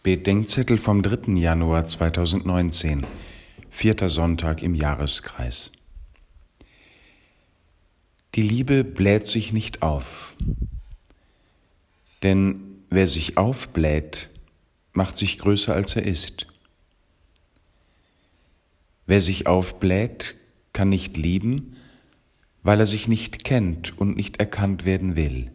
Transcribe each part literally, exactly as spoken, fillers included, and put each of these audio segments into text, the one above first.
Bedenkzettel vom dritten Januar zweitausendneunzehn, vierter Sonntag im Jahreskreis. Die Liebe bläht sich nicht auf, denn wer sich aufbläht, macht sich größer, als er ist. Wer sich aufbläht, kann nicht lieben, weil er sich nicht kennt und nicht erkannt werden will.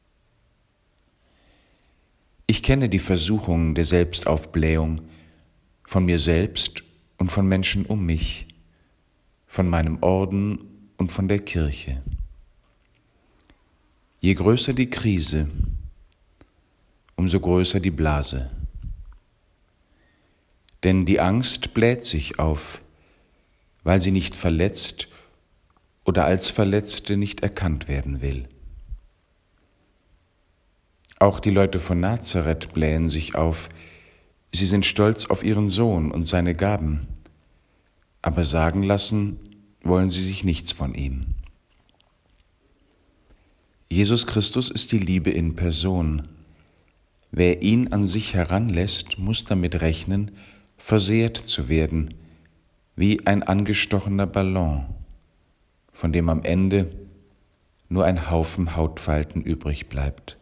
Ich kenne die Versuchung der Selbstaufblähung von mir selbst und von Menschen um mich, von meinem Orden und von der Kirche. Je größer die Krise, umso größer die Blase. Denn die Angst bläht sich auf, weil sie nicht verletzt oder als Verletzte nicht erkannt werden will. Auch die Leute von Nazareth blähen sich auf. Sie sind stolz auf ihren Sohn und seine Gaben, aber sagen lassen wollen sie sich nichts von ihm. Jesus Christus ist die Liebe in Person. Wer ihn an sich heranlässt, muss damit rechnen, versehrt zu werden, wie ein angestochener Ballon, von dem am Ende nur ein Haufen Hautfalten übrig bleibt.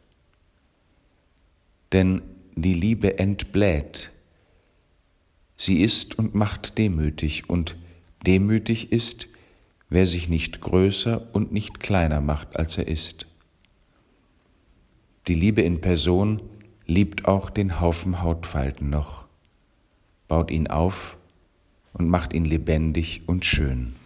Denn die Liebe entbläht. Sie ist und macht demütig, und demütig ist, wer sich nicht größer und nicht kleiner macht, als er ist. Die Liebe in Person liebt auch den Haufen Hautfalten noch, baut ihn auf und macht ihn lebendig und schön.